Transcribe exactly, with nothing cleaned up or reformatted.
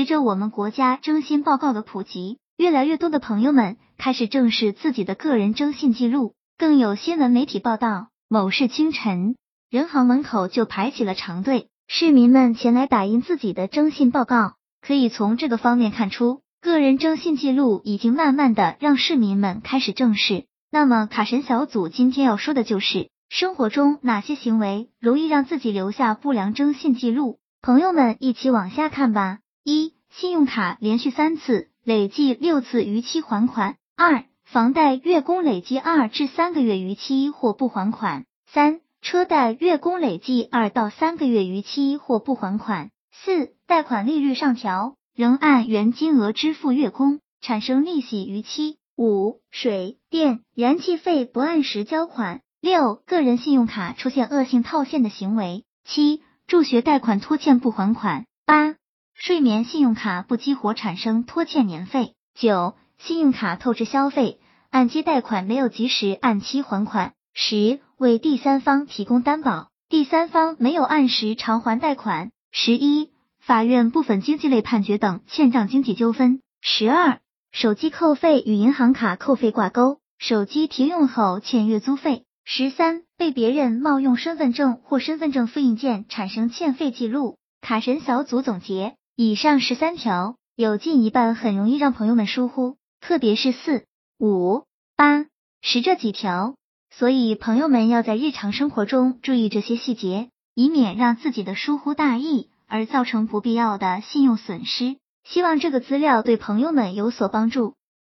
随着我们国家征信报告的普及，越来越多的朋友们开始正视自己的个人征信记录。更有新闻媒体报道，某市清晨，人行门口就排起了长队，市民们前来打印自己的征信报告。可以从这个方面看出，个人征信记录已经慢慢的让市民们开始正视。那么卡神小组今天要说的就是生活中哪些行为容易让自己留下不良征信记录，朋友们一起往下看吧。一、信用卡连续三次累计六次逾期还款。二、房贷月供累计二至三个月逾期或不还款。三、车贷月供累计二到三个月逾期或不还款。四、贷款利率上调，仍按原金额支付月供，产生利息逾期。五、水电燃气费不按时交款。六、个人信用卡出现恶性套现的行为。七、助学贷款拖欠不还款。八、睡眠信用卡不激活产生拖欠年费。九、信用卡透支消费，按揭贷款没有及时按期还款。十、为第三方提供担保，第三方没有按时偿还贷款。十一、法院部分经济类判决等欠账经济纠纷。十二、手机扣费与银行卡扣费挂钩，手机停用后欠月租费。十三、被别人冒用身份证或身份证复印件产生欠费记录。卡神小组总结，以上十三条有近一半很容易让朋友们疏忽，特别是四、五、八、十这几条，所以朋友们要在日常生活中注意这些细节，以免让自己的疏忽大意而造成不必要的信用损失。希望这个资料对朋友们有所帮助。